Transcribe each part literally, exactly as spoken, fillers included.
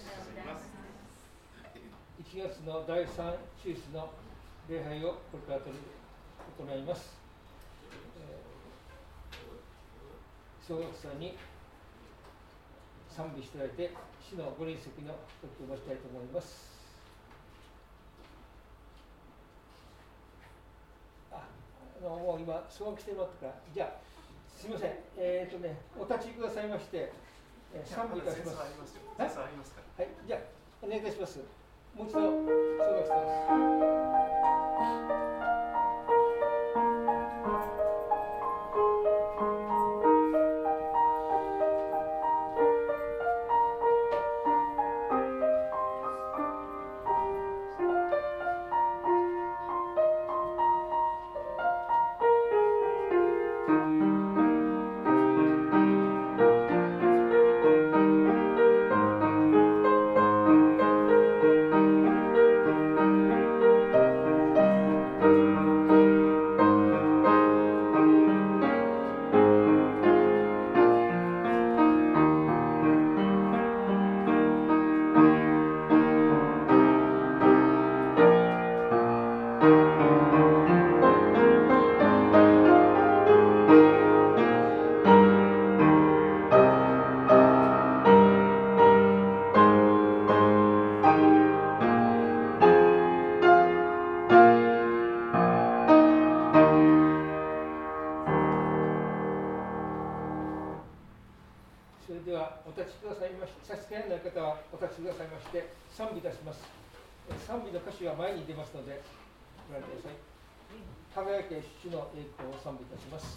いちがつのだいさん主日の礼拝をこれから行います。えー、小学生に賛美していただいて、主のご臨席の時を待ちたいと思います。あ、あのもう今、小学生になったから、じゃあ、すみません、えっとね、お立ちくださいまして、えー、賛美いたします。はい、はい、じゃあ、お願いいたします。もう一度、小学生です。主の栄光を賛美いたします。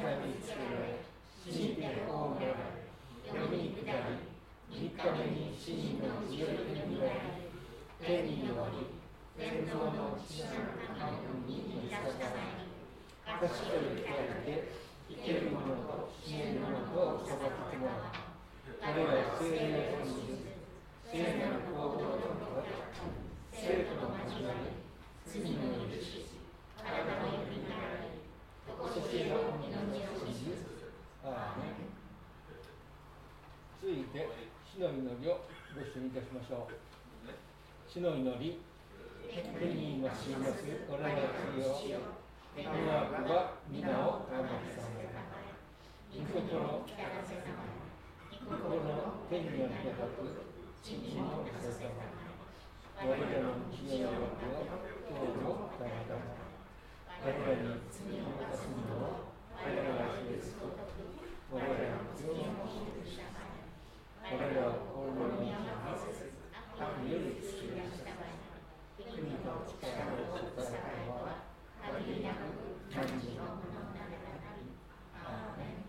が見つけられ、死にて葬られ、世に下り、三日目に死人の強い手により、天に昇り、天皇の地の中の海に満たされ、私と生きられて、生けるものと死ねるものと裁きもの。これは聖霊とによる、聖なる行動となり、生徒の始まり、罪の許し、体のよみがえり、そしての命を信じる。アーメン。続いて、主の祈りをご一緒にいたしましょう。主の祈り、天にいますいます我らの罪を、願わくば皆をあがめさま。御心を聞かせさま。御心の天にある高く、地にもささま。我らの清い枠をどうぞたまたま。我らに罪を犯すのを我らが示すこと。我らの罪を許しなさい。我らを滅びにさせず、悪より救い出したまえ。国と力を与えたのは、限りなく何時のものなればなり。アーメン。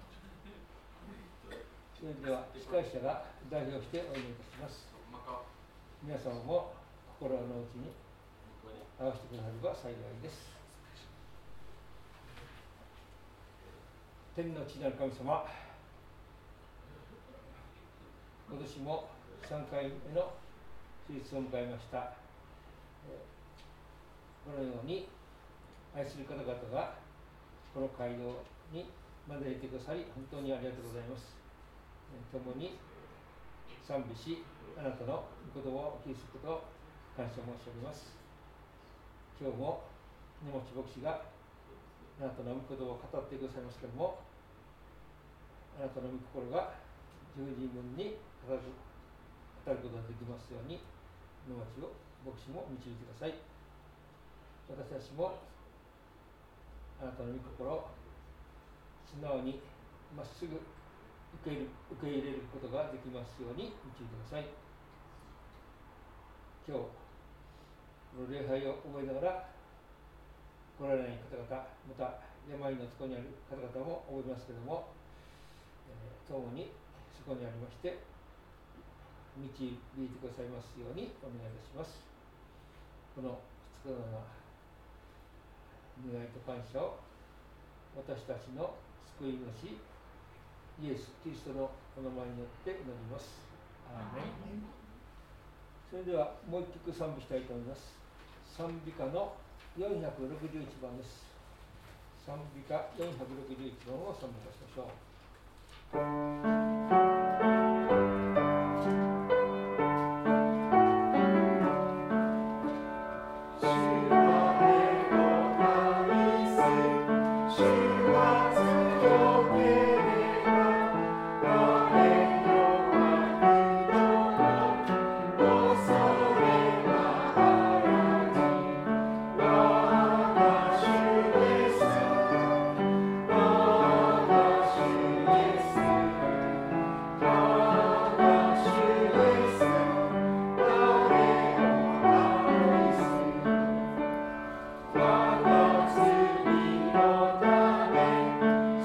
それでは、司会者が代表してお祈りいたします。皆さんも心の内に合わせてくだされば幸いです。天の地なる神様、今年もさんかいめの手術を迎えました。このように愛する方々がこの街道に招いてくださり、本当にありがとうございます。共に賛美し、あなたの御言葉を聞きすることを感謝申し上げます。今日も根持牧師があなたの御言葉を語ってくださいますけれども、あなたの御心が十二分に語ることができますように、根持を牧師も導いてください。私たちもあなたの御心を素直にまっすぐ受け入れる、受け入れることができますように導いてください。今日、この礼拝を覚えながら来られない方々、また病のところにある方々も覚えますけれども、えー、共にそこにありまして導いてくださいますようにお願いいたします。このふつかの願いと感謝を私たちの救い主イエス・キリストのお名前によって祈ります。アーメン。それではもう一曲賛美したいと思います。賛美歌のよんひゃくろくじゅういちばんです。賛美歌よんひゃくろくじゅういちばんを賛美いたしましょう。 「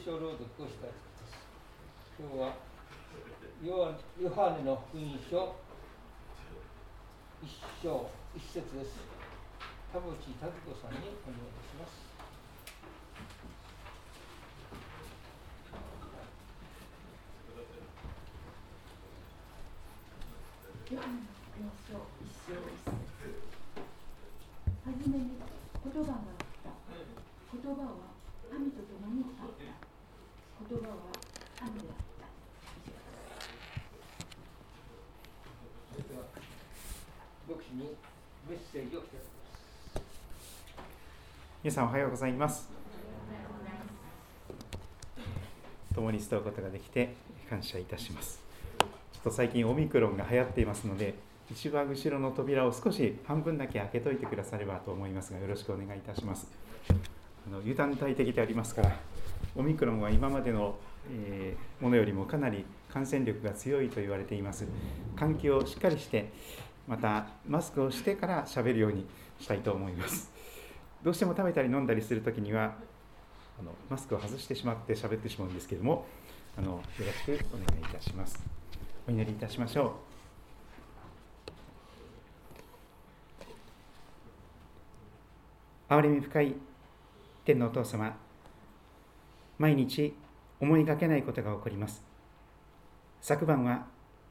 章朗読をしたいと思います。今日はヨハネの福音書一章一節です。田淵拓子さんにお願いします。 ヨハネの福音書一章一節。はじめに言葉があった。言葉は神と共にあった。言葉は神であった。 それでは牧師にメッセージをいただきます。 皆さんおはようございます。共に伝うことができて感謝いたします。ちょっと最近オミクロンが流行っていますので、一番後ろの扉を少し半分だけ開けといてくださればと思いますが、よろしくお願いいたします。あの油断大敵でありますから、オミクロンは今までの、えー、ものよりもかなり感染力が強いと言われています。換気をしっかりして、またマスクをしてから喋るようにしたいと思います。どうしても食べたり飲んだりするときにはあのマスクを外してしまって喋ってしまうんですけれども、あのよろしくお願いいたします。お祈りいたしましょう。憐れみ深い天のお父様、毎日思いがけないことが起こります。昨晩は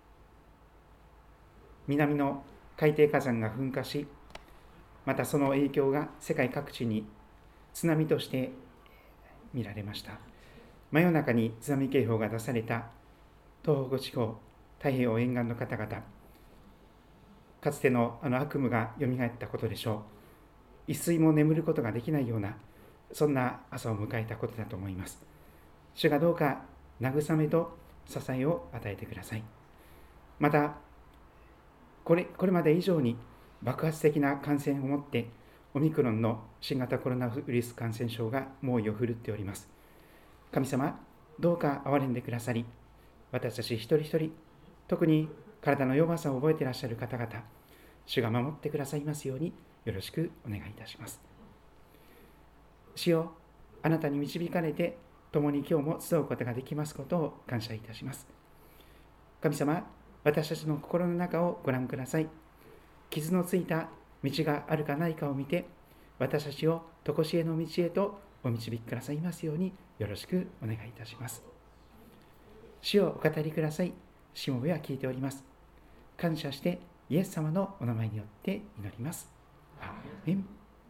南の海底火山が噴火し、またその影響が世界各地に津波として見られました。真夜中に津波警報が出された東北地方、太平洋沿岸の方々、かつてのあの悪夢がよみがえったことでしょう。一睡も眠ることができないような、そんな朝を迎えたことだと思います。主がどうか慰めと支えを与えてください。またこれ、これまで以上に爆発的な感染をもってオミクロンの新型コロナウイルス感染症が猛威を振るっております。神様、どうか憐れんでくださり、私たち一人一人、特に体の弱さを覚えていらっしゃる方々、主が守ってくださいますようによろしくお願いいたします。主よ、あなたに導かれて共に今日も集うことができますことを感謝いたします。神様、私たちの心の中をご覧ください。傷のついた道があるかないかを見て、私たちを常しえの道へとお導きくださいますようによろしくお願いいたします。主をお語りください。しもべは聞いております。感謝してイエス様のお名前によって祈ります。アーメン。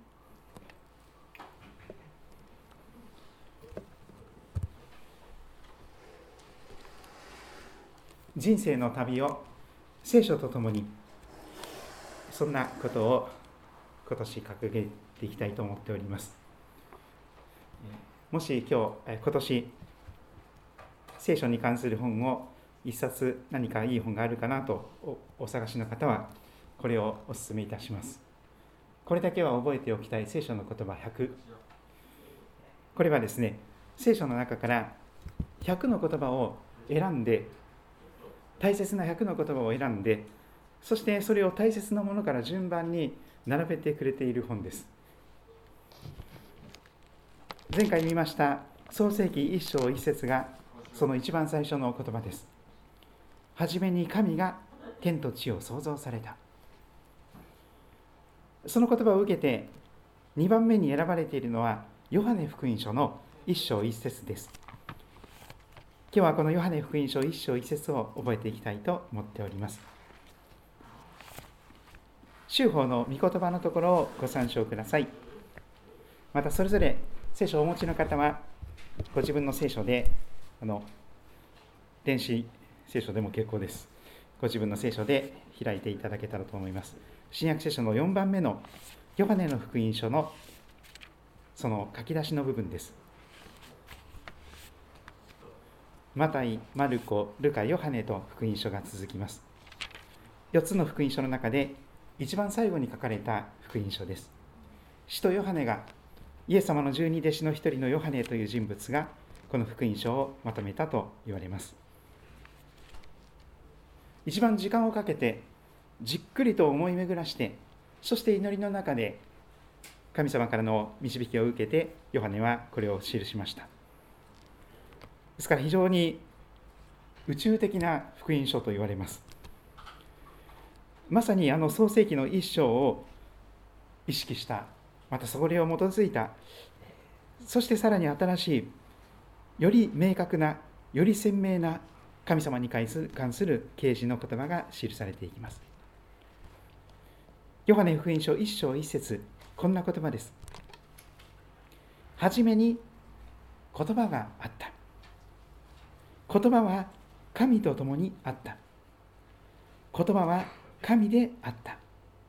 人生の旅を聖書とともに、そんなことを今年掲げていきたいと思っております。もし今日、今年聖書に関する本を一冊何かいい本があるかなと お, お探しの方はこれをお勧めいたします。これだけは覚えておきたい聖書の言葉ひゃく。これはですね、聖書の中からひゃくの言葉を選んで、大切なひゃくの言葉を選んで、そしてそれを大切なものから順番に並べてくれている本です。前回見ました創世記一章一節がその一番最初の言葉です。はじめに神が天と地を創造された。その言葉を受けてにばんめに選ばれているのはヨハネ福音書の一章一節です。今日はこのヨハネ福音書一章一節を覚えていきたいと思っております。修法の御言葉のところをご参照ください。またそれぞれ聖書をお持ちの方はご自分の聖書で、あの電子聖書でも結構です。ご自分の聖書で開いていただけたらと思います。新約聖書のよんばんめのヨハネの福音書のその書き出しの部分です。マタイ、マルコ、ルカ、ヨハネと福音書が続きます。よっつの福音書の中で一番最後に書かれた福音書です。使徒ヨハネが、イエス様の十二弟子の一人のヨハネという人物がこの福音書をまとめたと言われます。一番時間をかけてじっくりと思い巡らして、そして祈りの中で神様からの導きを受けてヨハネはこれを記しました。 ですから非常に宇宙的な福音書と言われます。まさにあの創世記の一章を意識した、またそれを基づいた、そしてさらに新しい、より明確な、より鮮明な神様に関する啓示の言葉が記されていきます。ヨハネ福音書一章一節、こんな言葉です。はじめに言葉があった。言葉は神と共にあった。言葉は神であった。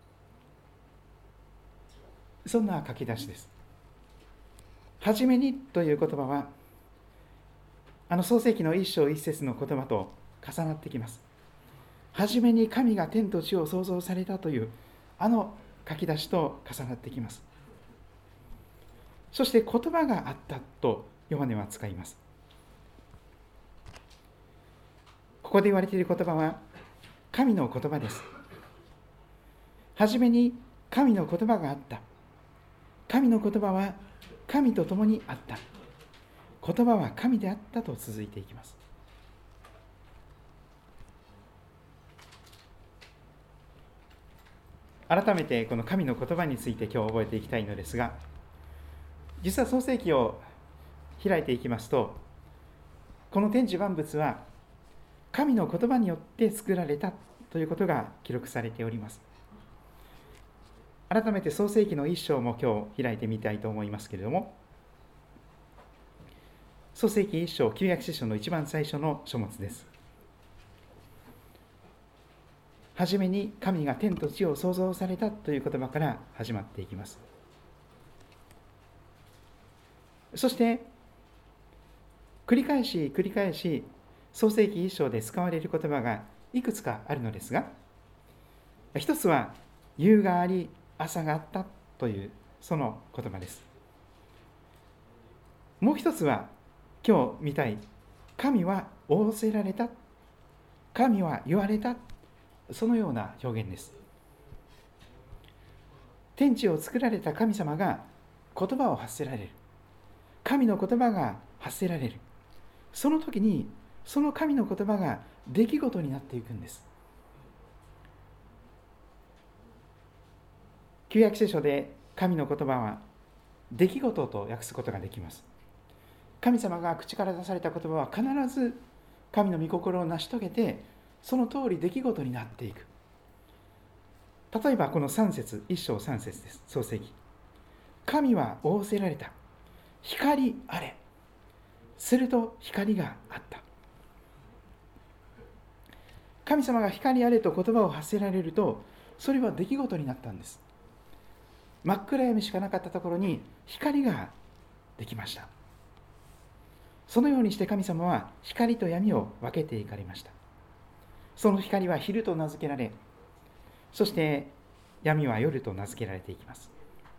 そんな書き出しです。はじめにという言葉は、あの創世記の一章一節の言葉と重なってきます。はじめに神が天と地を創造されたというあの書き出しと重なってきます。そして言葉があったとヨハネは使います。ここで言われている言葉は神の言葉です。はじめに神の言葉があった。神の言葉は神と共にあった。言葉は神であったと続いていきます。改めてこの神の言葉について今日覚えていきたいのですが、実は創世記を開いていきますと、この天地万物は神の言葉によって作られたということが記録されております。改めて創世記の一章も今日開いてみたいと思いますけれども、創世記一章、旧約聖書の一番最初の書物です。はじめに神が天と地を創造されたという言葉から始まっていきます。そして繰り返し繰り返し創世記一章で使われる言葉がいくつかあるのですが、一つは夕があり朝があったというその言葉です。もう一つは今日見たい、神は仰せられた、神は言われた、そのような表現です。天地を作られた神様が言葉を発せられる、神の言葉が発せられる、その時にその神の言葉が出来事になっていくんです。旧約聖書で神の言葉は出来事と訳すことができます。神様が口から出された言葉は必ず神の御心を成し遂げて、その通り出来事になっていく。例えばこのさん節、一章さん節です。創世記。神は仰せられた。光あれ。すると光があった。神様が光あれと言葉を発せられると、それは出来事になったんです。真っ暗闇しかなかったところに光ができました。そのようにして神様は光と闇を分けていかれました。その光は昼と名付けられ、そして闇は夜と名付けられていきます。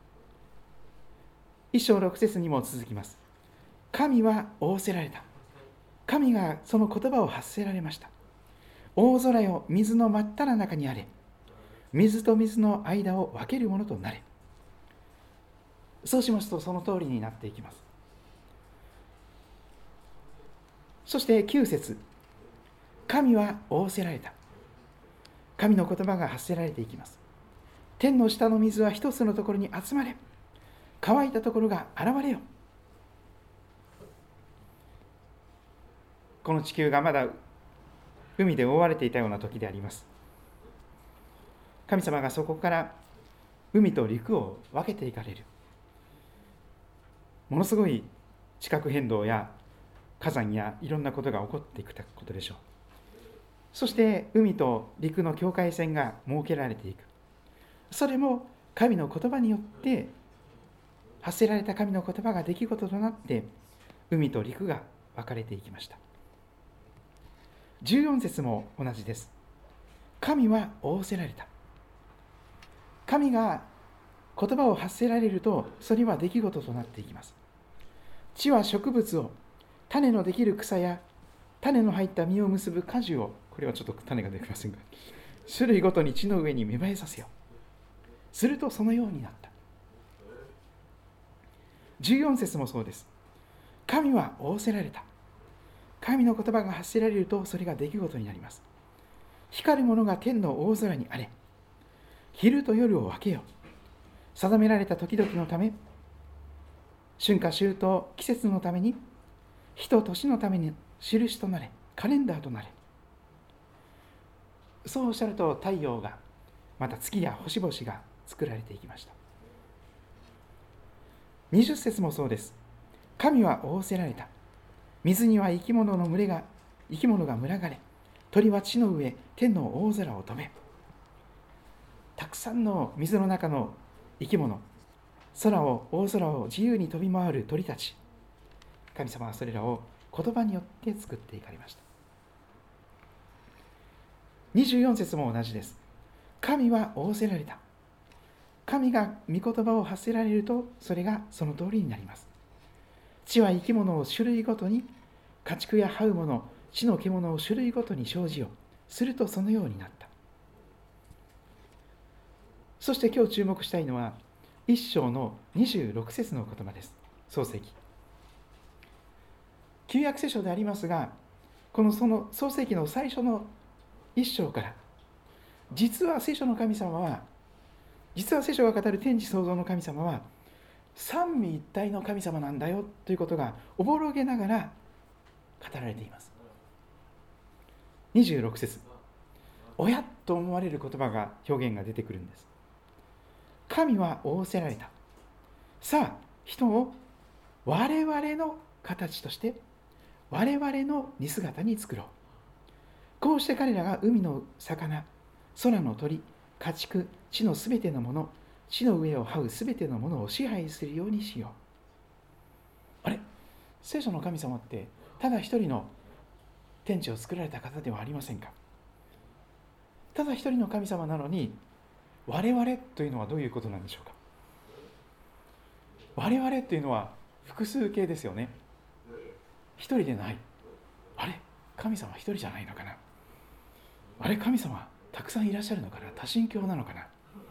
一章六節にも続きます。神は仰せられた。神がその言葉を発せられました。大空よ、水の真っただ中にあれ。水と水の間を分けるものとなれ。そうしますとその通りになっていきます。そしてきゅう節、神は仰せられた。神の言葉が発せられていきます。天の下の水は一つのところに集まれ。乾いたところが現れよ。この地球がまだ海で覆われていたような時であります。神様がそこから海と陸を分けていかれる。ものすごい地殻変動や火山やいろんなことが起こっていくことでしょう。そして海と陸の境界線が設けられていく。それも神の言葉によって発せられた神の言葉が出来事となって海と陸が分かれていきました。じゅうよん節も同じです。神は仰せられた。神が言葉を発せられるとそれは出来事となっていきます。地は植物を、種のできる草や種の入った実を結ぶ果樹を、これはちょっと種ができませんが、種類ごとに地の上に芽生えさせよ。するとそのようになった。じゅうよん節もそうです。神は仰せられた。 神の言葉が発せられるとそれが出来事になります。光るものが天の大空にあれ。昼と夜を分けよ。定められた時々のため、春夏秋冬季節のために、日と年のために印となれ、カレンダーとなれ。そうおっしゃると太陽が、また月や星々が作られていきました。にじゅっ節もそうです。神は仰せられた。水には生き物の群れが、生き物が群がれ、鳥は地の上、天の大空を飛べ。たくさんの水の中の生き物、空を、大空を自由に飛び回る鳥たち。神様はそれらを言葉によって作っていかれました。にじゅうよん節も同じです。神は仰せられた。神が御言葉を発せられると、それがその通りになります。地は生き物を種類ごとに、家畜や這うもの、地の獣を種類ごとに生じよ。するとそのようになった。そして今日注目したいのは、一章のにじゅうろく節の言葉です。創世記。旧約聖書でありますが、このその創世記の最初の一章から、実は聖書の神様は、実は聖書が語る天地創造の神様は、三位一体の神様なんだよということがおぼろげながら語られています。にじゅうろく節、おやっと思われる言葉が、表現が出てくるんです。神は仰せられた。さあ、人を我々の形として、我々の似姿に作ろう。こうして彼らが海の魚、空の鳥、家畜、地のすべてのもの、地の上を這うすべてのものを支配するようにしよう。あれ、聖書の神様ってただ一人の天地を作られた方ではありませんか。ただ一人の神様なのに、我々というのはどういうことなんでしょうか。我々というのは複数形ですよね。一人でない。あれ、神様一人じゃないのかな。あれ、神様たくさんいらっしゃるのかな。多神教なのかな。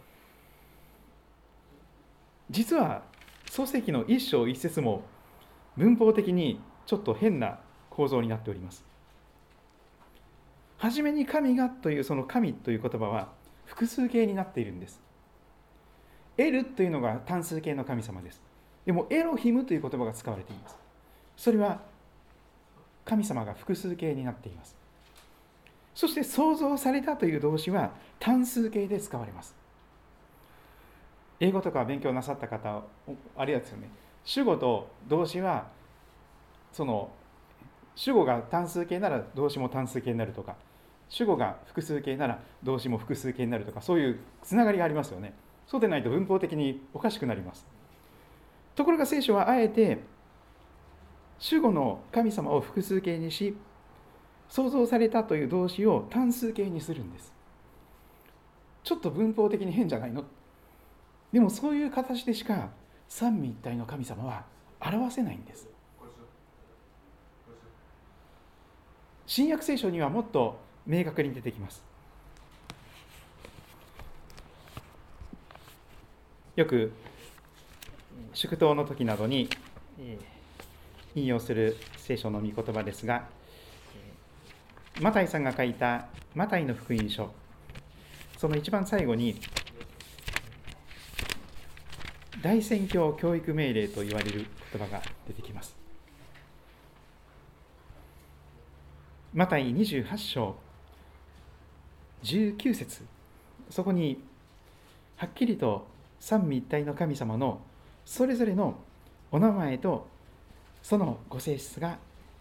実は創世記の一章一節も文法的にちょっと変な構造になっております。はじめに神がという、その神という言葉は複数形になっているんです。エルというのが単数形の神様です。でもエロヒムという言葉が使われています。それは神様が複数形になっています。そして創造されたという動詞は単数形で使われます。英語とか勉強なさった方、あれですよね。主語と動詞は、その主語が単数形なら動詞も単数形になるとか、主語が複数形なら動詞も複数形になるとか、そういうつながりがありますよね。そうでないと文法的におかしくなります。ところが聖書はあえて主語の神様を複数形にし、創造されたという動詞を単数形にするんです。ちょっと文法的に変じゃないの？でもそういう形でしか三位一体の神様は表せないんです。新約聖書にはもっと明確に出てきます。よく祝祷の時などに引用する聖書の御言葉ですが、マタイさんが書いたマタイの福音書、その一番最後に大宣教教育命令と言われる言葉が出てきます。マタイにじゅうはち章じゅうきゅう節、そこにはっきりと三位一体の神様のそれぞれのお名前とそのご性質が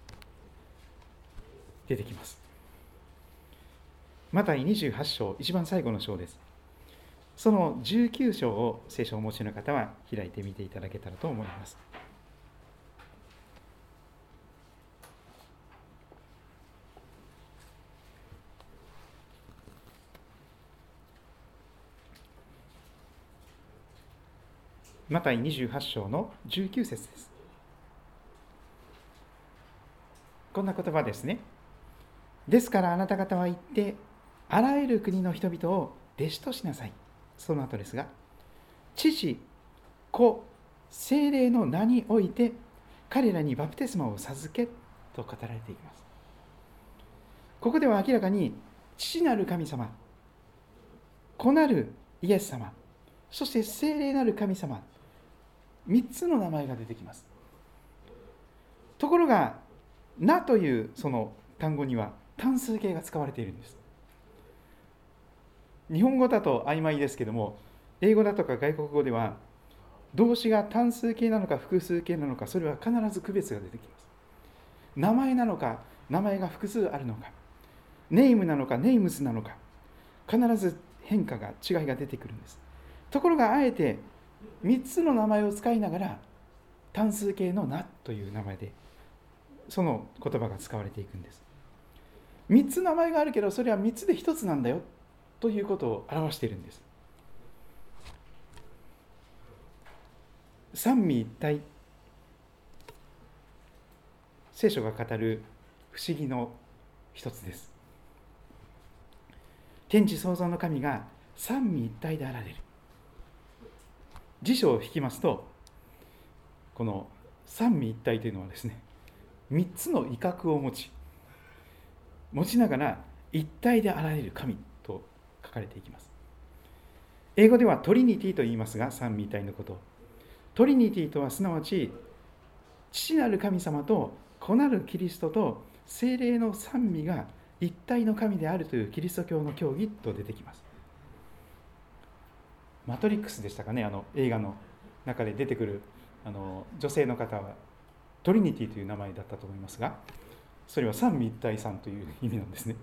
出てきます。マタイにじゅうはち章、一番最後の章です。そのじゅうきゅう章を聖書をお持ちの方は開いてみていただけたらと思います。マタイにじゅうはち章のじゅうきゅう節です。こんな言葉ですね。ですからあなた方は行って、あらゆる国の人々を弟子としなさい。その後ですが、父、子、聖霊の名において彼らにバプテスマを授け、 と語られていきます。ここでは明らかに父なる神様、子なるイエス様、そして聖霊なる神様、みっつの名前が出てきます。ところがなというその単語には単数形が使われているんです。日本語だと曖昧ですけども、英語だとか外国語では動詞が単数形なのか複数形なのか、それは必ず区別が出てきます。名前なのか名前が複数あるのか、ネームなのかネームズなのか、必ず変化が違いが出てくるんです。ところがあえてみっつの名前を使いながら単数形のなという名前でその言葉が使われていくんです。みっつ名前があるけどそれはみっつでひとつなんだよということを表しているんです。三位一体、聖書が語る不思議の一つです。天地創造の神が三位一体であられる。辞書を引きますと、この三位一体というのはですね、三つの威嚇を持ち持ちながら一体であられる神と書かれていきます。英語ではトリニティと言いますが、三位一体のことを。トリニティとはすなわち父なる神様と子なるキリストと聖霊の三位が一体の神であるというキリスト教の教義と出てきます。マトリックスでしたかね、あの映画の中で出てくるあの女性の方はトリニティという名前だったと思いますが、それは三位一体さんという意味なんですね。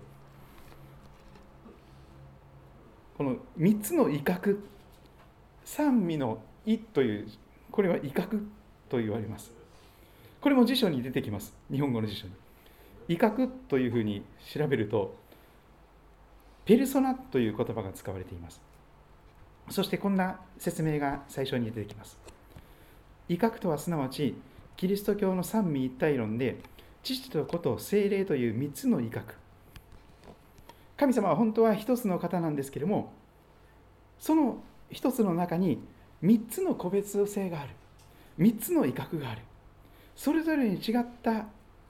この三つの威嚇、三位の威という、これは威嚇と言われます。これも辞書に出てきます。日本語の辞書に。威嚇というふうに調べると、ペルソナという言葉が使われています。そしてこんな説明が最初に出てきます。威嚇とはすなわち、キリスト教の三位一体論で、父と子と聖霊という三つの威嚇。神様は本当は一つの方なんですけれども、その一つの中に三つの個別性がある。三つの威嚇がある。それぞれに違った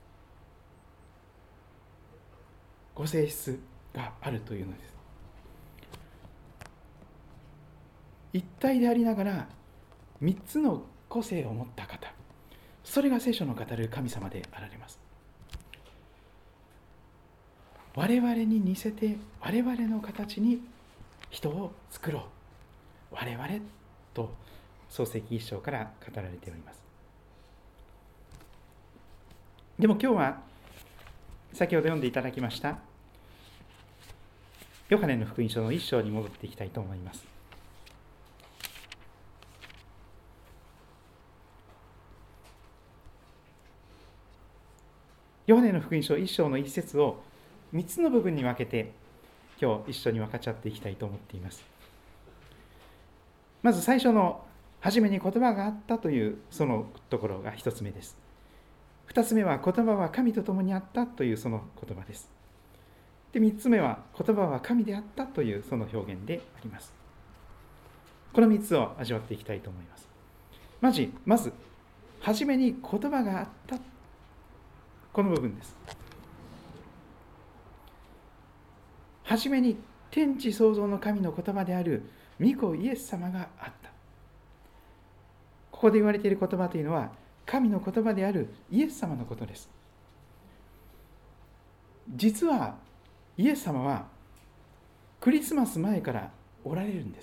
ご性質があるというのです。一体でありながら三つの個性を持った方、それが聖書の語る神様であられます。我々に似せて我々の形に人を作ろう。我々と創世記一章から語られております。でも今日は先ほど読んでいただきましたヨハネの福音書の一章に戻っていきたいと思います。ヨハネの福音書一章の一節を三つの部分に分けて今日一緒に分かち合っていきたいと思っています。まず最初の初めに言葉があったというそのところが一つ目です。二つ目は言葉は神と共にあったというその言葉です。で、三つ目は言葉は神であったというその表現であります。この三つを味わっていきたいと思います。まず、まず初めに言葉があった、この部分です。はじめに天地創造の神の言葉である御子イエス様があった。ここで言われている言葉というのは神の言葉であるイエス様のことです。実はイエス様はクリスマス前からおられるんです。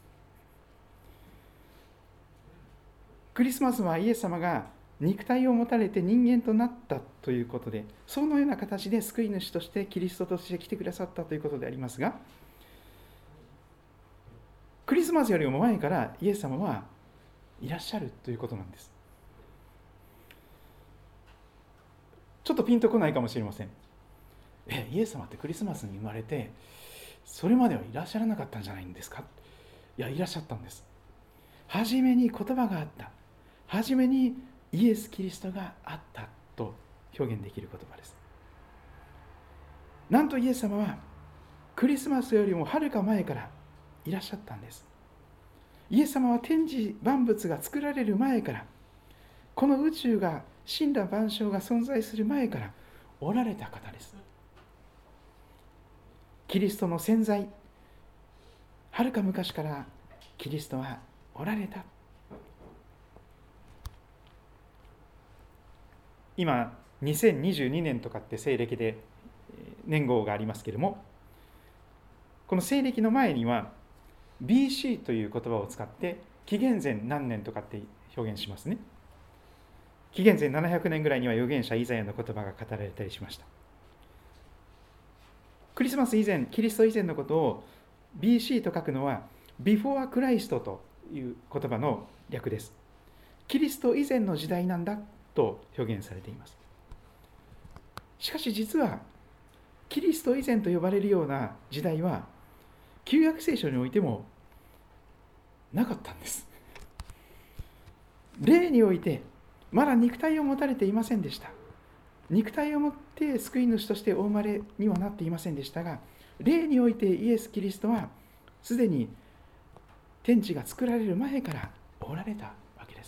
クリスマスはイエス様が肉体を持たれて人間となったということで、そのような形で救い主としてキリストとして来てくださったということでありますが、クリスマスよりも前からイエス様はいらっしゃるということなんです。ちょっとピンとこないかもしれません。え、イエス様ってクリスマスに生まれてそれまではいらっしゃらなかったんじゃないんですか。いや、いらっしゃったんです。はじめに言葉があった。はじめにイエス・キリストがあったと表現できる言葉です。なんとイエス様はクリスマスよりもはるか前からいらっしゃったんです。イエス様は天地万物が作られる前から、この宇宙が神羅万象が存在する前からおられた方です。キリストの潜在、はるか昔からキリストはおられた。今にせんにじゅうにねんとかって西暦で年号がありますけれども、この西暦の前には ビーシー という言葉を使って紀元前何年とかって表現しますね。紀元前ななひゃくねんぐらいには預言者イザヤの言葉が語られたりしました。クリスマス以前、キリスト以前のことを ビーシー と書くのは Before Christ という言葉の略です。キリスト以前の時代なんだと表現されています。しかし実はキリスト以前と呼ばれるような時代は旧約聖書においてもなかったんです。霊においてまだ肉体を持たれていませんでした。肉体を持って救い主としてお生まれにはなっていませんでしたが、霊においてイエス・キリストはすでに天地が作られる前からおられたわけです。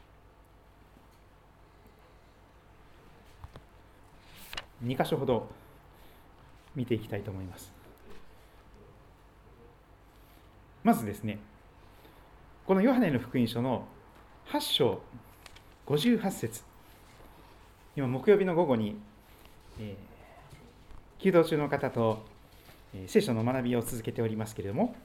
に箇所ほど見ていきたいと思います。まずですね、このヨハネの福音書のはち章ごじゅうはち節、今木曜日の午後に、えー、弓道中の方と、えー、聖書の学びを続けておりますけれども、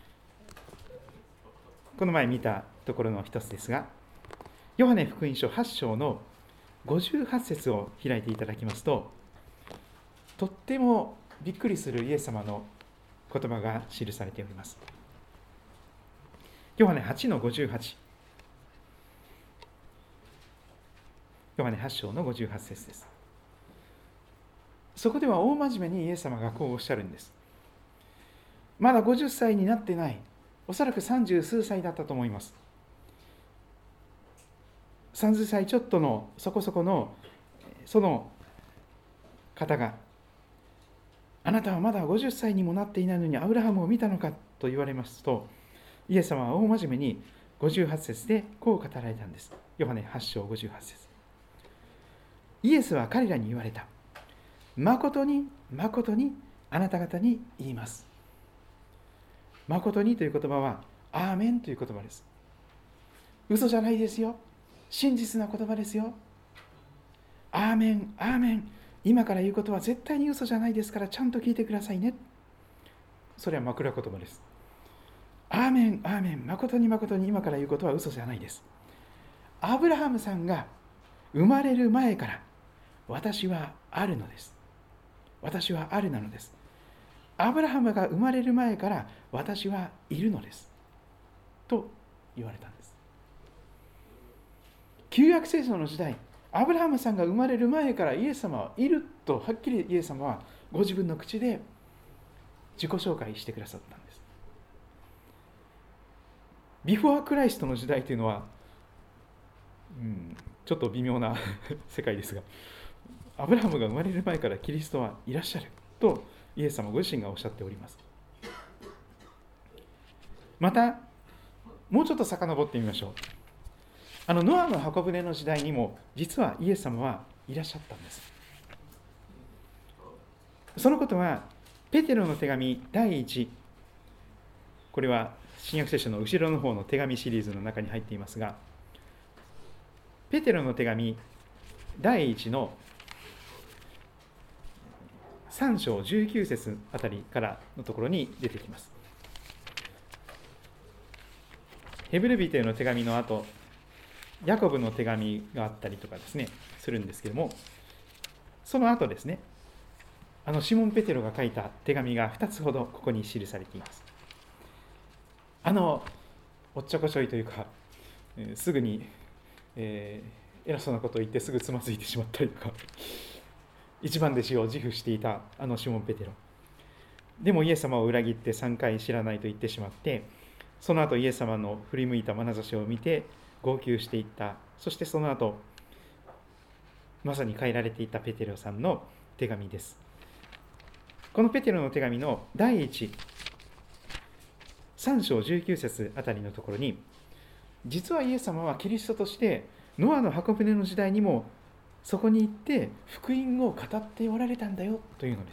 この前見たところの一つですが、ヨハネ福音書はち章のごじゅうはち節を開いていただきますと、とってもびっくりするイエス様の言葉が記されております。ヨハネはちのごじゅうはち、ヨハネはち章のごじゅうはち節です。そこでは大真面目にイエス様がこうおっしゃるんです。まだごじゅっさいになってない、おそらくさんじゅう数歳だったと思います。さんじゅっさいちょっとのそこそこのその方が、あなたはまだごじゅっさいにもなっていないのにアブラハムを見たのかと言われますと、イエス様は大真面目にごじゅうはち節でこう語られたんです。ヨハネはち章ごじゅうはち節。イエスは彼らに言われた。誠に誠にあなた方に言います。誠にという言葉はアーメンという言葉です。嘘じゃないですよ。真実な言葉ですよ。アーメン、アーメン。今から言うことは絶対に嘘じゃないですからちゃんと聞いてくださいね。それは枕言葉です。アーメン、アーメン。誠に誠に今から言うことは嘘じゃないです。アブラハムさんが生まれる前から私はあるのです。私はあるなのです。アブラハムが生まれる前から私はいるのです。と言われたんです。旧約聖書の時代、アブラハムさんが生まれる前からイエス様はいるとはっきりイエス様はご自分の口で自己紹介してくださったんです。ビフォークライストの時代というのは、うん、ちょっと微妙な世界ですが、アブラハムが生まれる前からキリストはいらっしゃるとイエス様ご自身がおっしゃっております。またもうちょっと遡ってみましょう。あのノアの箱舟の時代にも実はイエス様はいらっしゃったんです。そのことはペテロの手紙だいいち、これは新約聖書の後ろの方の手紙シリーズの中に入っていますが、ペテロの手紙だいいちのさん章じゅうきゅう節あたりからのところに出てきます。ヘブル人への手紙の後、ヤコブの手紙があったりとかですねするんですけども、その後ですね、あのシモン・ペテロが書いた手紙がふたつほどここに記されています。あのおっちょこちょいというか、えー、すぐに、えー、偉そうなことを言ってすぐつまずいてしまったりとか、一番弟子を自負していたあのシモン・ペテロでもイエス様を裏切ってさんかい知らないと言ってしまって、その後イエス様の振り向いた眼差しを見て号泣していった。そしてその後まさに変えられていたペテロさんの手紙です。このペテロの手紙のだいいち、さん章じゅうきゅう節あたりのところに、実はイエス様はキリストとしてノアの箱舟の時代にもそこに行って福音を語っておられたんだよというのです。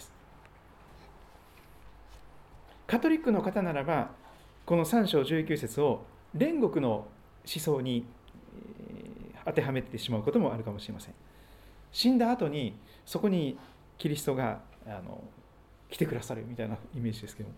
カトリックの方ならばこのさん章じゅうきゅう節を煉獄の思想に当てはめてしまうこともあるかもしれません。死んだ後にそこにキリストがあの来てくださるみたいなイメージですけども、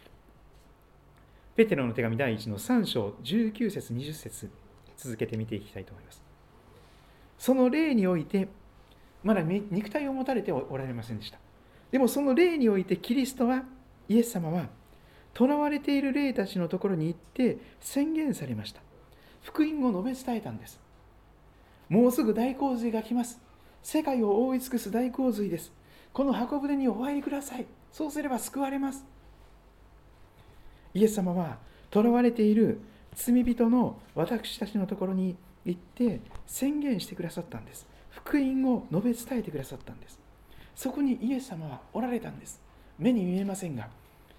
ペテロの手紙第一のさん章じゅうきゅう節にじゅう節続けて見ていきたいと思います。その霊においてまだ肉体を持たれておられませんでした。でもその霊においてキリストはイエス様は囚われている霊たちのところに行って宣言されました。福音を述べ伝えたんです。もうすぐ大洪水が来ます。世界を覆い尽くす大洪水です。この箱舟にお入りください。そうすれば救われます。イエス様は囚われている罪人の私たちのところに行って宣言してくださったんです。福音を述べ伝えてくださったんです。そこにイエス様はおられたんです。目に見えませんが、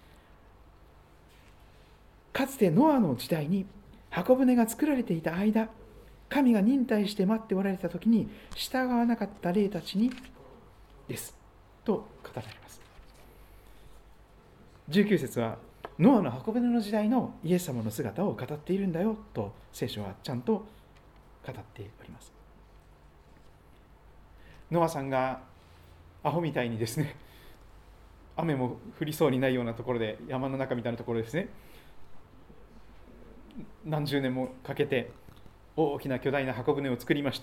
かつてノアの時代に箱舟が作られていた間、神が忍耐して待っておられた時に従わなかった霊たちにですと語られます。じゅうきゅう節はノアの箱舟の時代のイエス様の姿を語っているんだよと聖書はちゃんと語っております。ノアさんがアホみたいにですね、雨も降りそうにないようなところで、山の中みたいなところですね、何十年もかけて大きな巨大な箱舟を作りました。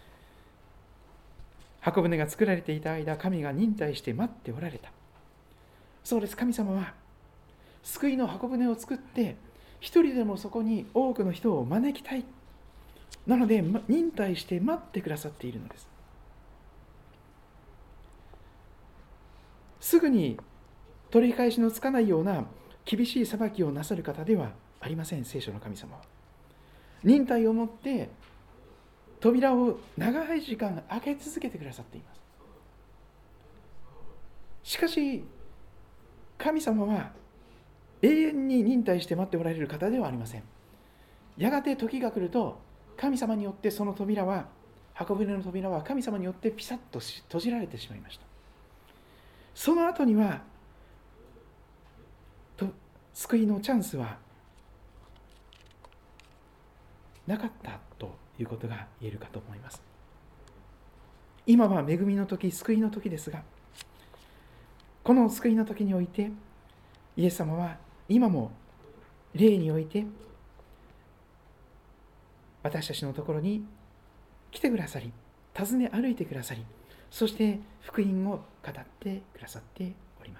箱舟が作られていた間、神が忍耐して待っておられた。そうです。神様は救いの箱舟を作って一人でもそこに多くの人を招きたい。なので忍耐して待ってくださっているのです。すぐに取り返しのつかないような厳しい裁きをなさる方ではありません。聖書の神様は忍耐をもって扉を長い時間開け続けてくださっています。しかし神様は永遠に忍耐して待っておられる方ではありません。やがて時が来ると神様によってその扉は、箱舟の扉は神様によってピサッと閉じられてしまいました。その後にはと救いのチャンスはなかったということが言えるかと思います。今は恵みの時、救いの時ですが、この救いの時においてイエス様は今も霊において私たちのところに来てくださり、訪ね歩いてくださり、そして福音を語ってくださっております。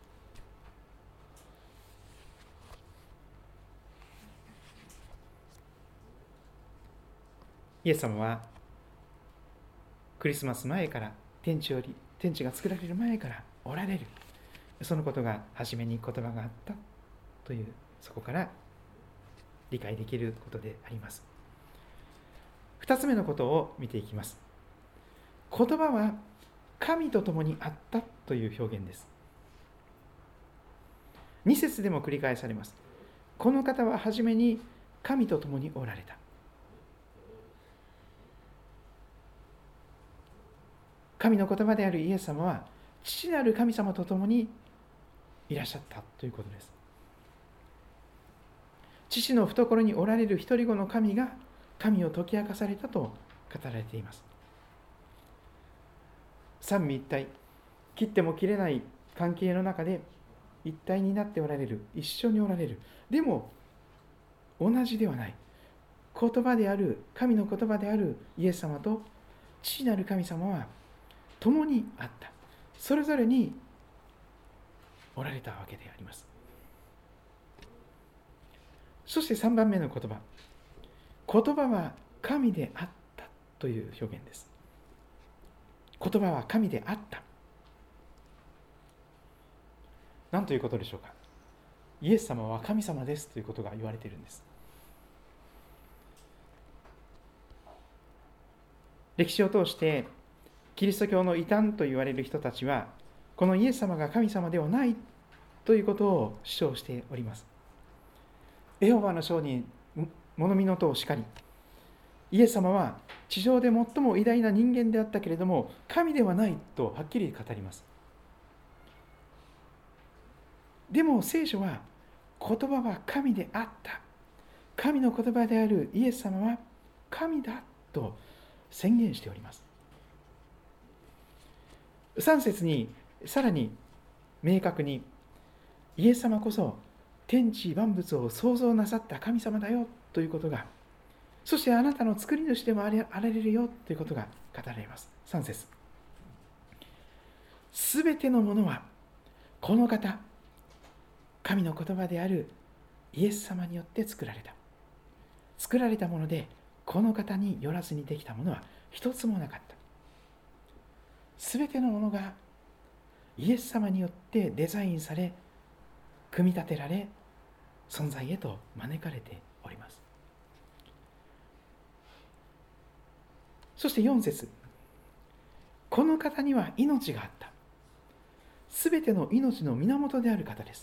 イエス様はクリスマス前から、天地より天地が作られる前からおられる。そのことが初めに言葉があったという、そこから理解できることであります。二つ目のことを見ていきます。言葉は神と共にあったという表現です。二節でも繰り返されます。この方は初めに神と共におられた。神の言葉であるイエス様は父なる神様と共にいらっしゃったということです。父の懐におられる一人子の神が神を解き明かされたと語られています。三位一体、切っても切れない関係の中で一体になっておられる、一緒におられる。でも同じではない。言葉である、神の言葉であるイエス様と父なる神様は共にあった。それぞれにおられたわけであります。そしてさんばんめの言葉。言葉は神であったという表現です。言葉は神であった。何ということでしょうか。イエス様は神様ですということが言われているんです。歴史を通してキリスト教の異端と言われる人たちは、このイエス様が神様ではないということを主張しております。エホバの証人、物見の塔しかり、 イエス様は地上で最も偉大な人間であったけれども、神ではないとはっきり語ります。でも聖書は、言葉は神であった。神の言葉であるイエス様は神だと宣言しております。さん節にさらに明確に、イエス様こそ天地万物を創造なさった神様だよということが、そしてあなたの作り主でもあられるよということが語られます。さん節、すべてのものはこの方、神の言葉であるイエス様によって作られた。作られたもので、この方によらずにできたものは一つもなかった。すべてのものがイエス様によってデザインされ、組み立てられ、存在へと招かれております。そしてよん節、この方には命があった。すべての命の源である方です。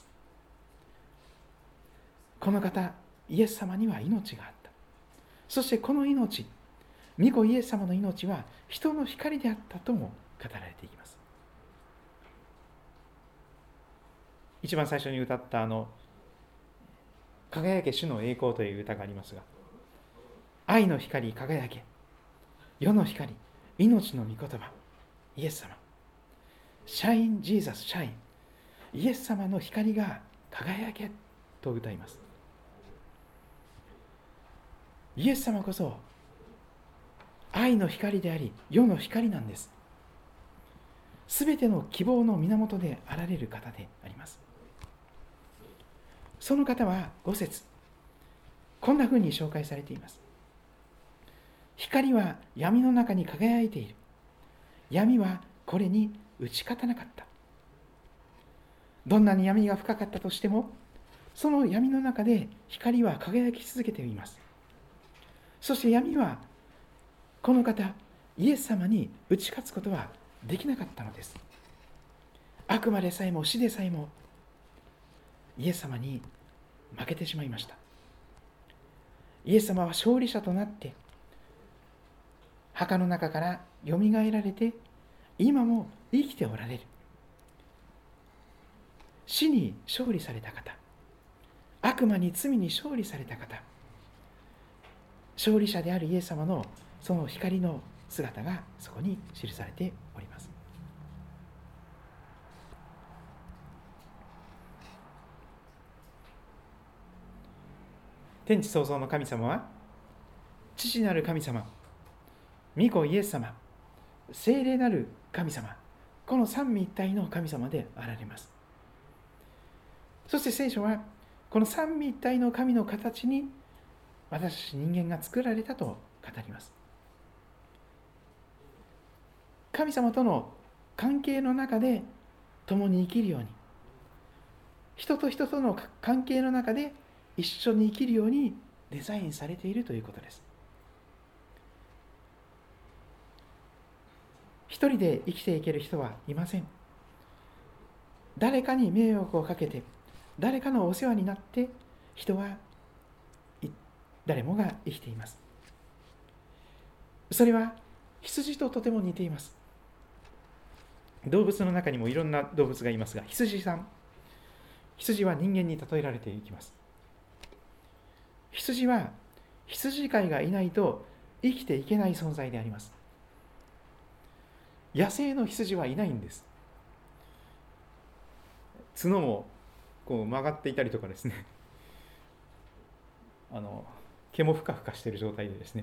この方、イエス様には命があった。そしてこの命、御子イエス様の命は人の光であったとも語られていきます。一番最初に歌ったあの「輝け主の栄光」という歌がありますが、愛の光輝け、世の光、命の御言葉、イエス様、シャイン・ジーザス・シャイン、イエス様の光が輝けと歌います。イエス様こそ愛の光であり、世の光なんです。すべての希望の源であられる方であります。その方はご節、こんなふうに紹介されています。光は闇の中に輝いている。闇はこれに打ち勝たなかった。どんなに闇が深かったとしても、その闇の中で光は輝き続けています。そして闇はこの方、イエス様に打ち勝つことはできなかったのです。悪魔でさえも死でさえもイエス様に負けてしまいました。イエス様は勝利者となって墓の中からよみがえられて、今も生きておられる。死に勝利された方、悪魔に罪に勝利された方、勝利者であるイエス様のその光の姿がそこに記されております。天地創造の神様は、父なる神様、御子イエス様、聖霊なる神様、この三位一体の神様であられます。そして聖書はこの三位一体の神の形に私たち人間が作られたと語ります。神様との関係の中で共に生きるように、人と人との関係の中で一緒に生きるようにデザインされているということです。一人で生きていける人はいません。誰かに迷惑をかけて、誰かのお世話になって人は誰もが生きています。それは羊ととても似ています。動物の中にもいろんな動物がいますが、羊さん、羊は人間に例えられていきます。羊は羊飼いがいないと生きていけない存在であります。野生の羊はいないんです。角もこう曲がっていたりとかですね、あの毛もふかふかしている状態でですね、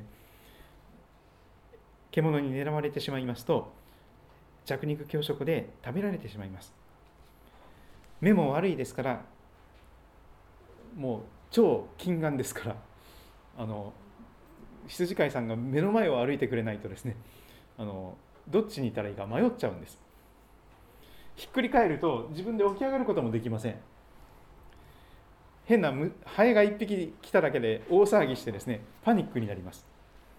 獣に狙われてしまいますと弱肉強食で食べられてしまいます。目も悪いですから、もう超近眼ですから、あの羊飼いさんが目の前を歩いてくれないとですね、あのどっちにいたらいいか迷っちゃうんです。ひっくり返ると自分で起き上がることもできません。変なハエが一匹来ただけで大騒ぎしてですね、パニックになります。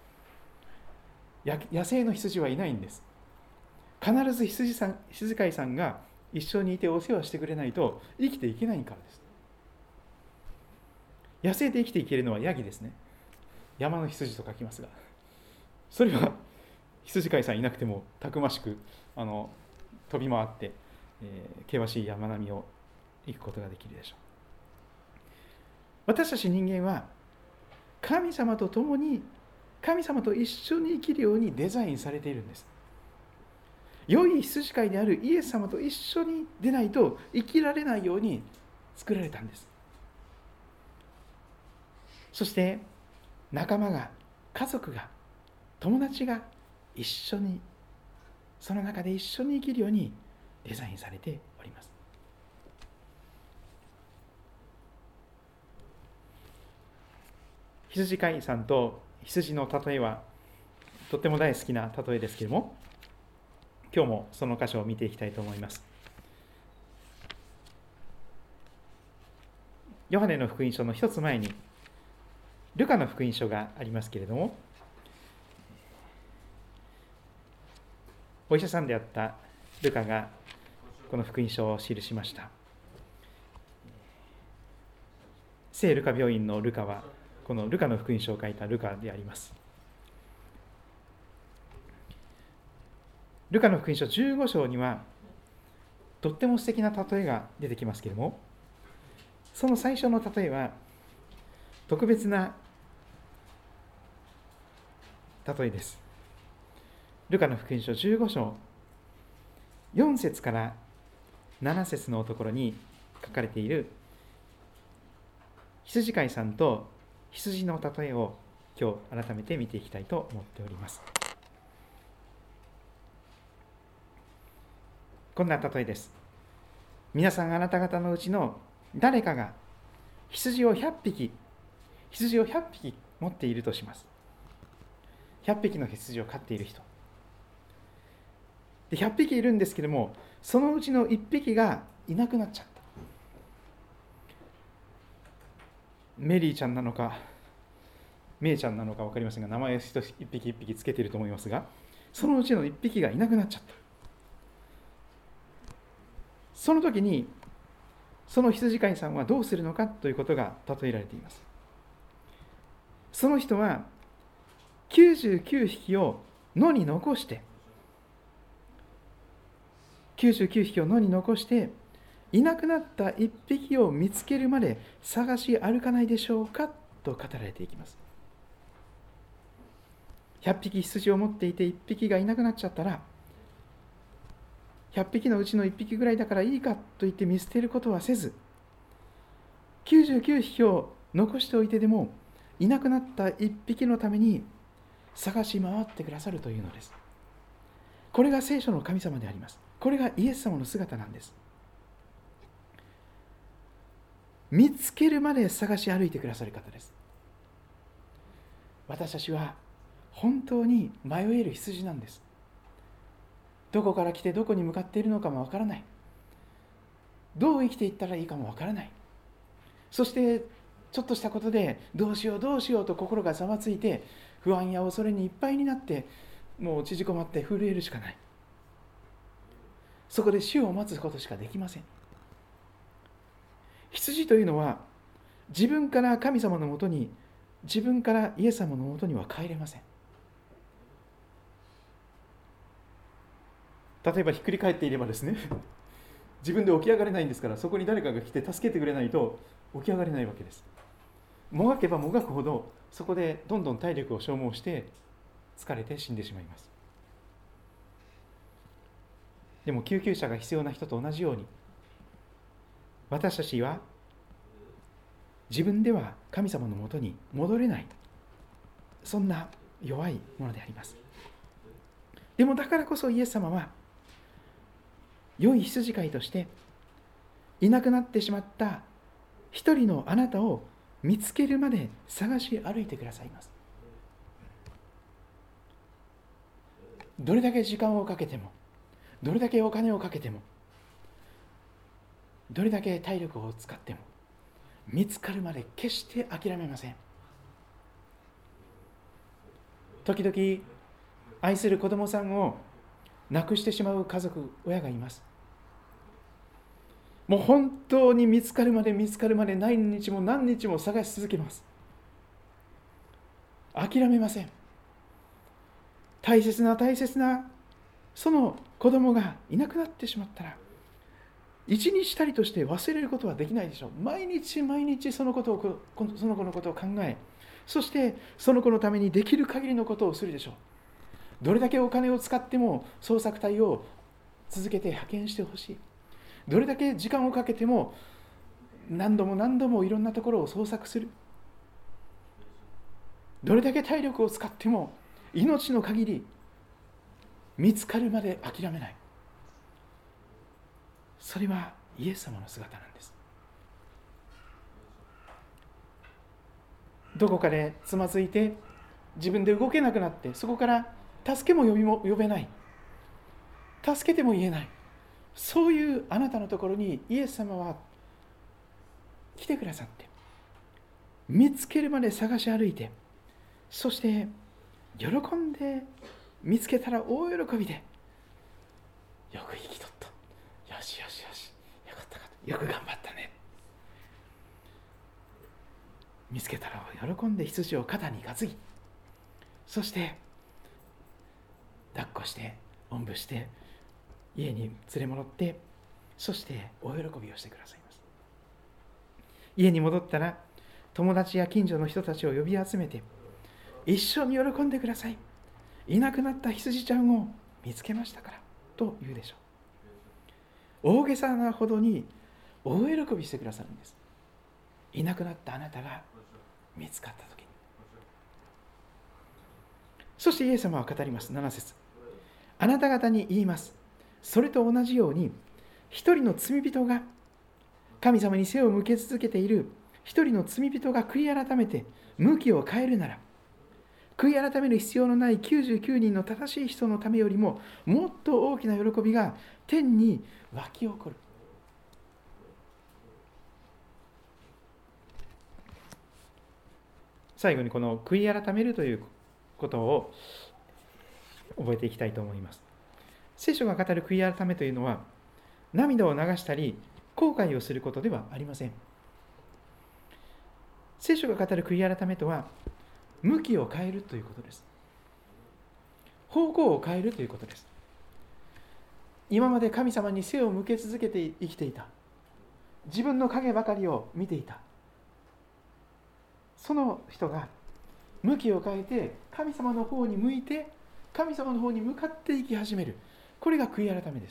野生の羊はいないんです。必ず羊さん、羊飼いさんが一緒にいてお世話してくれないと生きていけないからです。野生で生きていけるのはヤギですね。山の羊と書きますが、 それは羊飼いさんいなくてもたくましくあの飛び回って、えー、険しい山並みを行くことができるでしょう。私たち人間は神様と共に、神様と一緒に生きるようにデザインされているんです。良い羊飼いであるイエス様と一緒に出ないと生きられないように作られたんです。そして仲間が、家族が、友達が一緒に、その中で一緒に生きるようにデザインされております。羊飼いさんと羊の例えはとっても大好きな例えですけれども、今日もその箇所を見ていきたいと思います。ヨハネの福音書の一つ前にルカの福音書がありますけれども、お医者さんであったルカがこの福音書を記しました。聖ルカ病院のルカはこのルカの福音書を書いたルカであります。ルカの福音書じゅうご章にはとっても素敵な例えが出てきますけれども、その最初の例えは特別な例えです。ルカの福音書じゅうご章よん節からなな節のところに書かれている羊飼いさんと羊の例えを今日改めて見ていきたいと思っております。こんな例えです。皆さん、あなた方のうちの誰かが羊をひゃっぴき、羊をひゃっぴき持っているとします。ひゃっぴきの羊を飼っている人。で、ひゃっぴきいるんですけども、そのうちのいっぴきがいなくなっちゃった。メリーちゃんなのか、メイちゃんなのか分かりませんが、名前を一匹一匹つけていると思いますが、そのうちのいっぴきがいなくなっちゃった。その時に、その羊飼いさんはどうするのかということが例えられています。その人は、きゅうじゅうきゅうひきを野に残して、きゅうじゅうきゅうひきを野に残して、いなくなったいっぴきを見つけるまで探し歩かないでしょうかと語られていきます。ひゃっぴき羊を持っていていっぴきがいなくなっちゃったら、ひゃっぴきのうちのいっぴきぐらいだからいいかと言って見捨てることはせず、きゅうじゅうきゅうひきを残しておいてでもいなくなったいっぴきのために探し回ってくださるというのです。これが聖書の神様であります。これがイエス様の姿なんです。見つけるまで探し歩いてくださる方です。私たちは本当に迷える羊なんです。どこから来てどこに向かっているのかもわからない。どう生きていったらいいかもわからない。そしてちょっとしたことでどうしようどうしようと心がざわついて、不安や恐れにいっぱいになって、もう縮こまって震えるしかない。そこで主を待つことしかできません。羊というのは自分から神様のもとに、自分からイエス様のもとには帰れません。例えばひっくり返っていればですね、自分で起き上がれないんですから、そこに誰かが来て助けてくれないと起き上がれないわけです。もがけばもがくほど、そこでどんどん体力を消耗して疲れて死んでしまいます。でも救急車が必要な人と同じように、私たちは自分では神様のもとに戻れない、そんな弱いものであります。でもだからこそイエス様は良い羊飼いとして、いなくなってしまった一人のあなたを見つけるまで探し歩いてくださいます。どれだけ時間をかけても、どれだけお金をかけても、どれだけ体力を使っても、見つかるまで決して諦めません。時々愛する子供さんを亡くしてしまう家族、親がいます。もう本当に見つかるまで見つかるまで何日も何日も探し続けます。諦めません。 大切な大切なその子供がいなくなってしまったら、一日たりとして忘れることはできないでしょう。毎日毎日そのことをその子のことを考え、そしてその子のためにできる限りのことをするでしょう。どれだけお金を使っても捜索隊を続けて派遣してほしい。どれだけ時間をかけても何度も何度もいろんなところを捜索する。どれだけ体力を使っても命の限り見つかるまで諦めない。それはイエス様の姿なんです。どこかでつまずいて自分で動けなくなって、そこから助けも呼びも呼べない、助けても言えない、そういうあなたのところにイエス様は来てくださって、見つけるまで探し歩いて、そして喜んで見つけたら大喜びで、よく生きとった、よしよしよし、よかったか、よく頑張ったね、見つけたら喜んで羊を肩に担ぎ、そして抱っこしておんぶして家に連れ戻って、そして大喜びをしてくださいます。家に戻ったら友達や近所の人たちを呼び集めて、一緒に喜んでください、いなくなった羊ちゃんを見つけましたからと言うでしょう。大げさなほどに大喜びしてくださるんです。いなくなったあなたが見つかったときに。そしてイエス様は語ります。なな節、あなた方に言います。それと同じように、一人の罪人が、神様に背を向け続けている一人の罪人が悔い改めて向きを変えるなら、悔い改める必要のないきゅうじゅうきゅうにんの正しい人のためよりももっと大きな喜びが天に湧き起こる。最後にこの悔い改めるということを覚えていきたいと思います。聖書が語る悔い改めというのは、涙を流したり後悔をすることではありません。聖書が語る悔い改めとは、向きを変えるということです。方向を変えるということです。今まで神様に背を向け続けて生きていた、自分の影ばかりを見ていたその人が向きを変えて神様の方に向いて、神様の方に向かって生き始める。これが悔い改めです。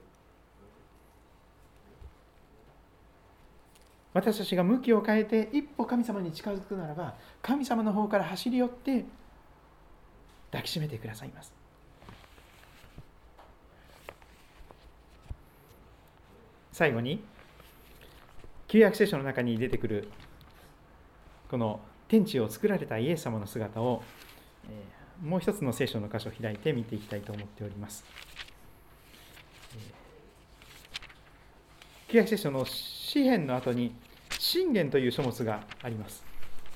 私たちが向きを変えて一歩神様に近づくならば、神様の方から走り寄って抱きしめてくださいます。最後に旧約聖書の中に出てくるこの天地を作られたイエス様の姿を、えー、もう一つの聖書の箇所を開いて見ていきたいと思っております。旧約聖書の詩編の後に箴言という書物があります。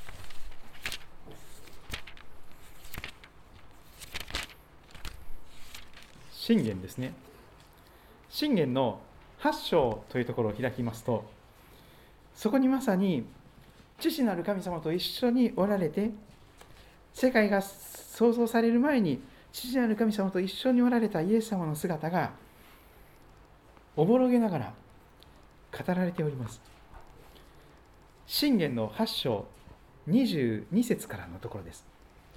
箴言ですね。箴言のはち章というところを開きますと、そこにまさに父なる神様と一緒におられて、世界が創造される前に父なる神様と一緒におられたイエス様の姿がおぼろげながら語られております。箴言のはち章にじゅうに節からのところです。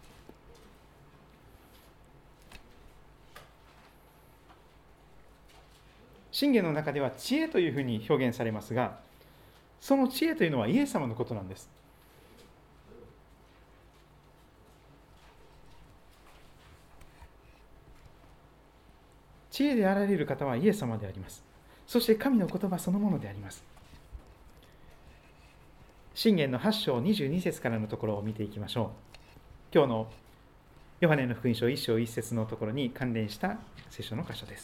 箴言の中では知恵というふうに表現されますが、その知恵というのはイエス様のことなんです。知恵であられる方はイエス様であります。そして神の言葉そのものであります。箴言のはち章にじゅうに節からのところを見ていきましょう。今日のヨハネの福音書いち章いち節のところに関連した聖書の箇所です。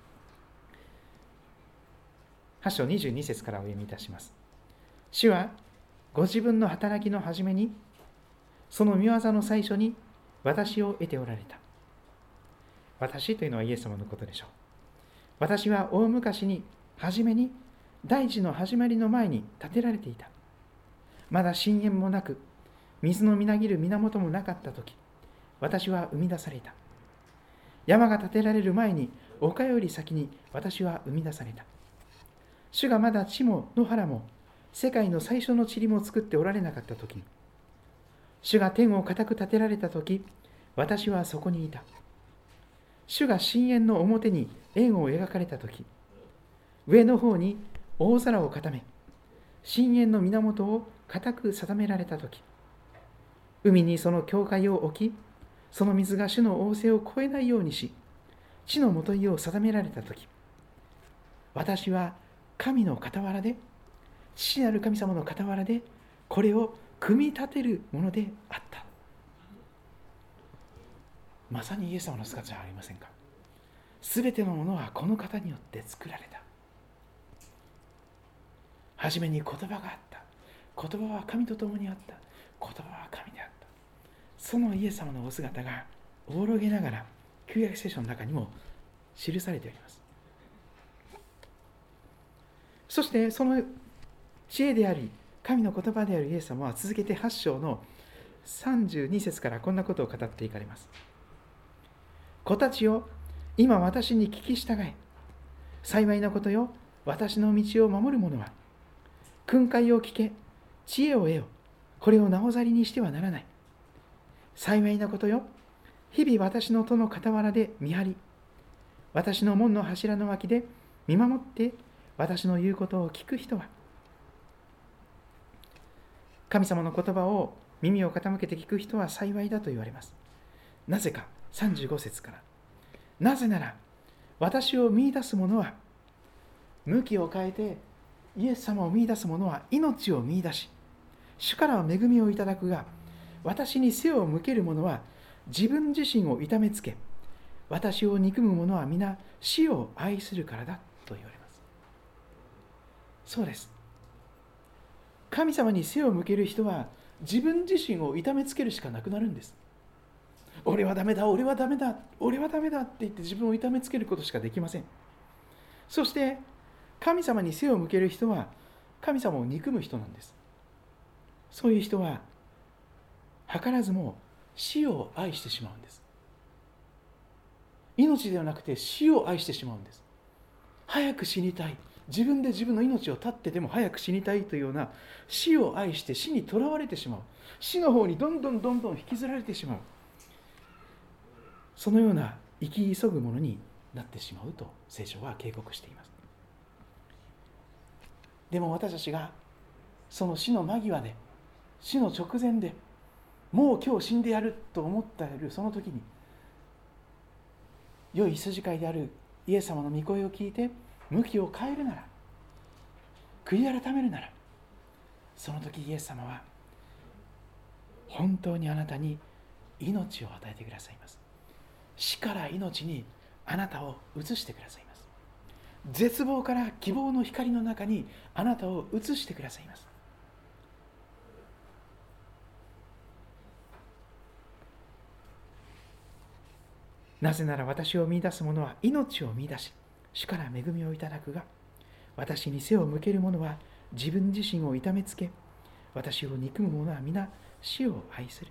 はち章にじゅうに節からお読みいたします。主はご自分の働きの初めに、その御業の最初に私を得ておられた。私というのはイエス様のことでしょう。私は大昔に初めに大地の始まりの前に建てられていた。まだ深淵もなく水のみなぎる源もなかったとき、 私は生み出された。山が建てられる前に、丘より先に私は生み出された。主がまだ地も野原も世界の最初の塵も作っておられなかったときに、主が天を固く建てられたとき、私はそこにいた。主が深淵の表に円を描かれたとき、上の方に大空を固め、深淵の源を固く定められたとき、海にその境界を置き、その水が主の仰せを越えないようにし、地のもといを定められたとき、私は神の傍らで、父なる神様の傍らで、これを組み立てるものであった。まさにイエス様の姿じゃありませんか。すべてのものはこの方によって作られた。はじめに言葉があった。言葉は神と共にあった。言葉は神であった。そのイエス様のお姿がおぼろげながら旧約聖書の中にも記されております。そしてその知恵であり神の言葉であるイエス様は続けてはち章のさんじゅうに節からこんなことを語っていかれます。子たちよ、今私に聞き従え。幸いなことよ、私の道を守る者は。訓戒を聞け、知恵を得よ。これをなおざりにしてはならない。幸いなことよ、日々私の戸の傍らで見張り、私の門の柱の脇で見守って私の言うことを聞く人は。神様の言葉を耳を傾けて聞く人は幸いだと言われます。なぜかさんじゅうご節から、なぜなら私を見出す者は、向きを変えてイエス様を見出す者は命を見出し、主からは恵みをいただくが、私に背を向ける者は自分自身を痛めつけ、私を憎む者は皆死を愛するからだと言われます。そうです。神様に背を向ける人は自分自身を痛めつけるしかなくなるんです。俺はダメだ、俺はダメだ、俺はダメだって言って自分を痛めつけることしかできません。そして神様に背を向ける人は神様を憎む人なんです。そういう人は図らずも死を愛してしまうんです。命ではなくて死を愛してしまうんです。早く死にたい、自分で自分の命を絶ってでも早く死にたいというような死を愛して死にとらわれてしまう、死の方にどんどんどんどん引きずられてしまう、そのような生き急ぐものになってしまうと聖書は警告しています。でも私たちがその死の間際で、死の直前で、もう今日死んでやると思っているその時に、良い羊飼いであるイエス様の御声を聞いて向きを変えるなら、悔い改めるなら、その時イエス様は本当にあなたに命を与えてくださいます。死から命にあなたを移してくださいます。絶望から希望の光の中にあなたを移してくださいます。なぜなら私を見出す者は命を見出し、主から恵みをいただくが、私に背を向ける者は自分自身を痛めつけ、私を憎む者は皆死を愛する。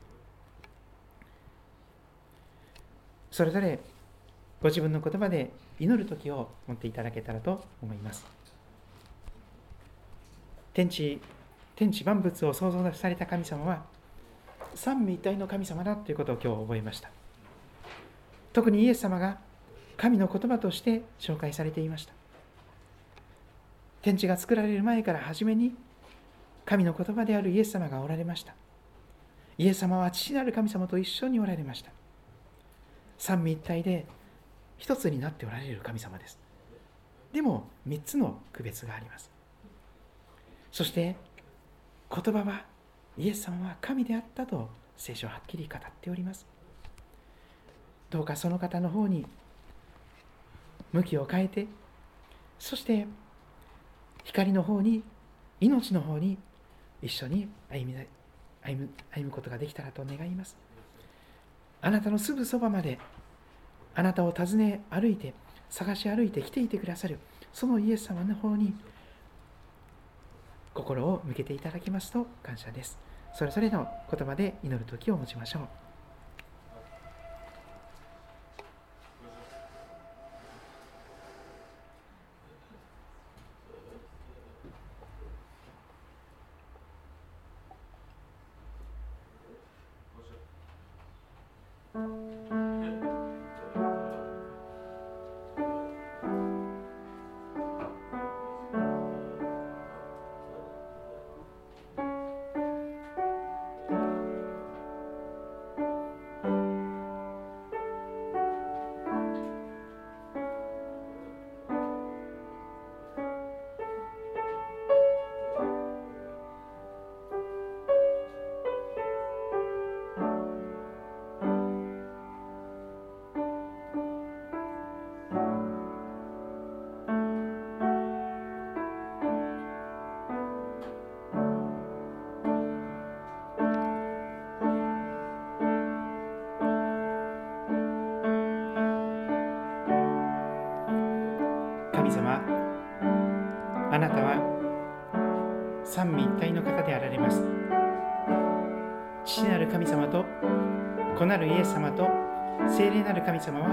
それぞれご自分の言葉で祈る時を持っていただけたらと思います。天地、天地万物を創造された神様は三位一体の神様だということを今日覚えました。特にイエス様が神の言葉として紹介されていました。天地が作られる前から初めに神の言葉であるイエス様がおられました。イエス様は父なる神様と一緒におられました。三位一体で一つになっておられる神様です。でも三つの区別があります。そして言葉は、イエス様は神であったと聖書ははっきり語っております。どうかその方の方に向きを変えて、そして光の方に、命の方に一緒に歩み、歩む、歩むことができたらと願います。あなたのすぐそばまで、あなたを訪ね歩いて、探し歩いて来ていてくださるそのイエス様の方に心を向けていただきますと感謝です。それぞれの言葉で祈る時を持ちましょう。 あなたは三位一体の方であられます。父なる神様と子なるイエス様と聖霊なる神様は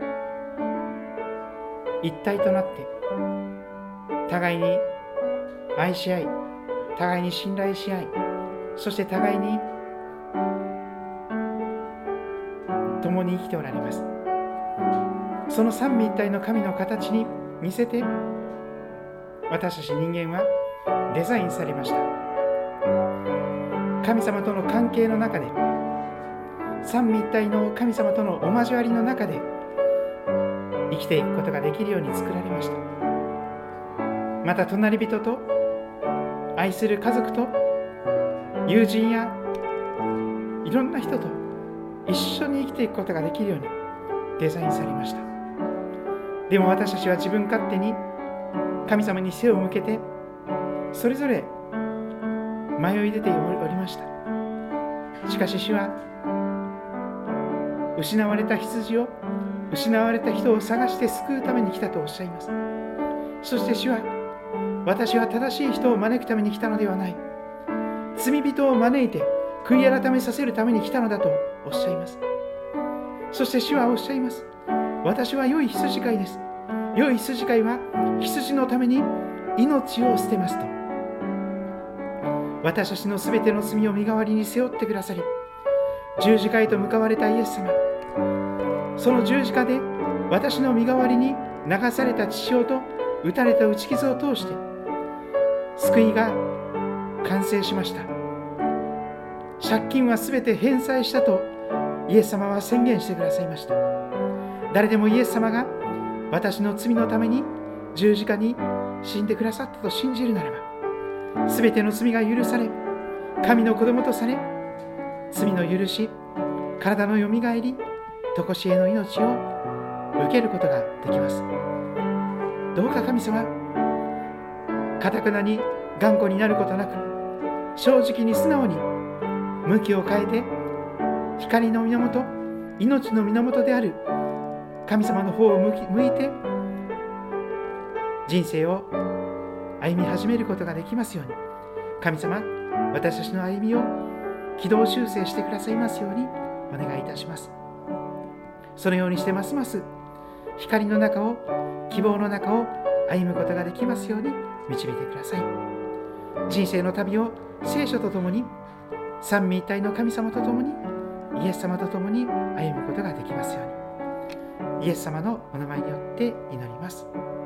一体となって互いに愛し合い、互いに信頼し合い、そして互いに共に生きておられます。その三位一体の神の形に似せて私たち人間はデザインされました。神様との関係の中で、三位一体の神様とのお交わりの中で生きていくことができるように作られました。また隣人と、愛する家族と、友人やいろんな人と一緒に生きていくことができるようにデザインされました。でも私たちは自分勝手に神様に背を向けてそれぞれ迷い出ておりました。しかし主は失われた羊を、失われた人を探して救うために来たとおっしゃいます。そして主は、私は正しい人を招くために来たのではない、罪人を招いて悔い改めさせるために来たのだとおっしゃいます。そして主はおっしゃいます。私は良い羊飼いです。良い羊飼いは羊のために命を捨てますと。私たちのすべての罪を身代わりに背負ってくださり、十字架へと向かわれたイエス様、その十字架で私の身代わりに流された血潮と打たれた打ち傷を通して救いが完成しました。借金はすべて返済したとイエス様は宣言してくださいました。誰でもイエス様が私の罪のために十字架に死んでくださったと信じるならば、すべての罪が許され、神の子供とされ、罪の許し、体のよみがえり、常しえの命を受けることができます。どうか神様、堅くなに頑固になることなく、正直に素直に向きを変えて、光の源、命の源である神様の方を向き向いて人生を歩み始めることができますように、神様、私たちの歩みを軌道修正してくださいますようにお願いいたします。そのようにしてますます光の中を、希望の中を歩むことができますように導いてください。人生の旅を聖書とともに、三位一体の神様とともに、イエス様とともに歩むことができますように、イエス様のお名前によって祈ります。